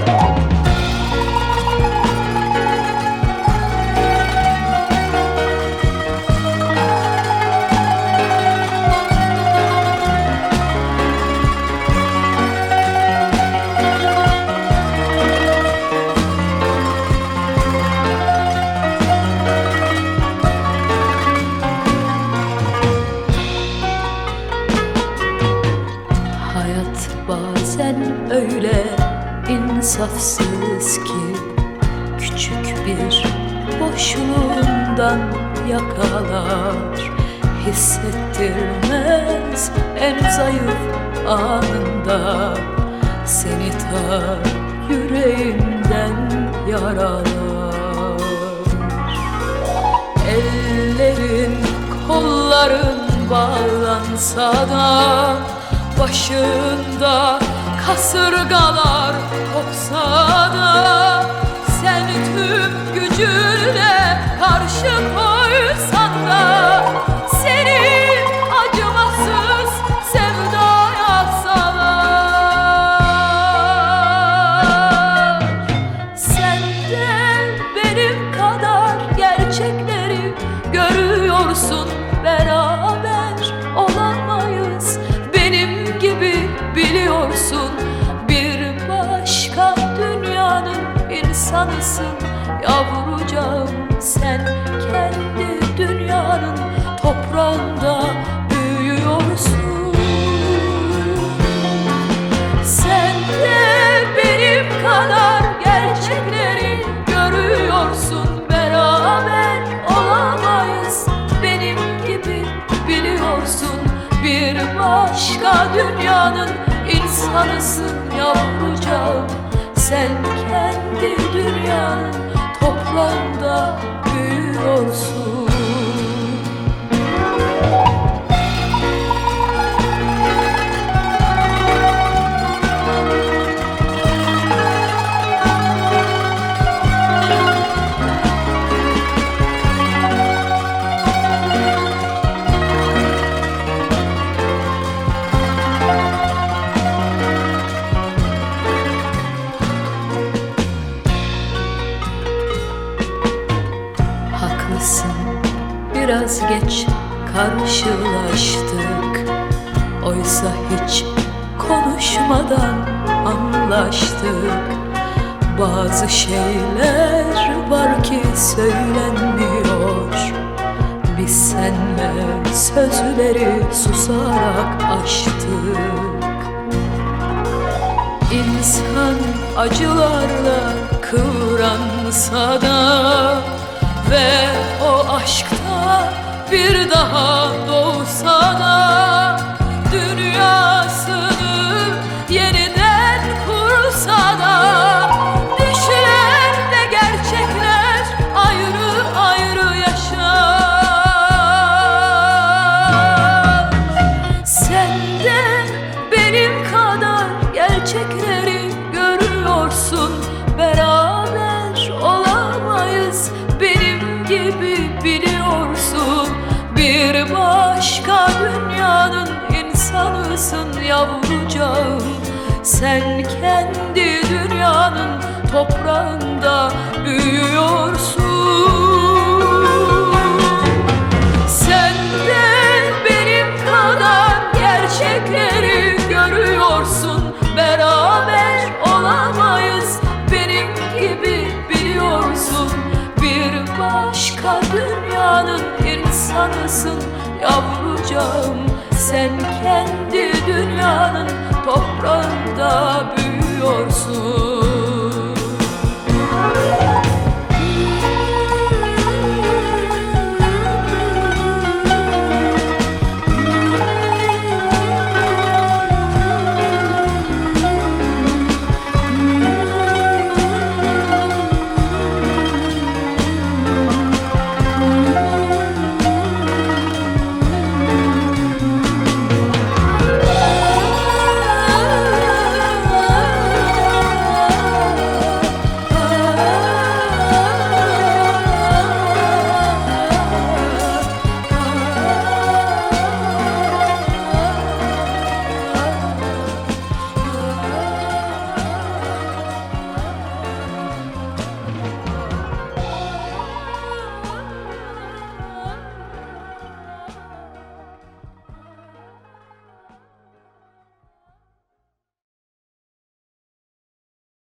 Bazen öyle insafsız ki küçük bir boşluğundan yakalar, hissettirmez en zayıf anında, seni ta yüreğinden yaralar. Ellerin kolların bağlansa da, başında kasırgalar kopsa da, sen tüm gücünle karşı koysan da, seni acımasız sevdaya salar. Sen de benim kadar gerçekleri görüyorsun, beraber olamayız. Benim gibi biliyorsun, bir başka dünyanın insanısın yavrucağım. Sen kendi dünyanın toprağında büyüyorsun. Sen de benim kadar gerçekleri görüyorsun, beraber olamayız. Benim gibi biliyorsun, bir başka dünyanın insanısın yavrucağım. Sen kendi dünyanın toprağında büyüyorsun. Biraz geç karşılaştık, oysa hiç konuşmadan anlaştık. Bazı şeyler var ki söylenmiyor, biz senle sözleri susarak aştık. İnsan acılarla kıvransa da ve o aşkta bir daha doğsa da, dünyasını yeniden kursa da, düşler ve gerçekler ayrı ayrı yaşar. Sen de benim kadar gerçekleri görüyorsun, beraber olamayız. Benim gibi biliyorsun, bir başka dünyanın insanısın yavrucağım. Sen kendi dünyanın toprağında büyüyorsun. Sen de benim kadar gerçekleri görüyorsun, beraber olamayız. Benim gibi biliyorsun, bir başka dünyanın insanısın yavrucağım. Sen kendi dünyanın toprağında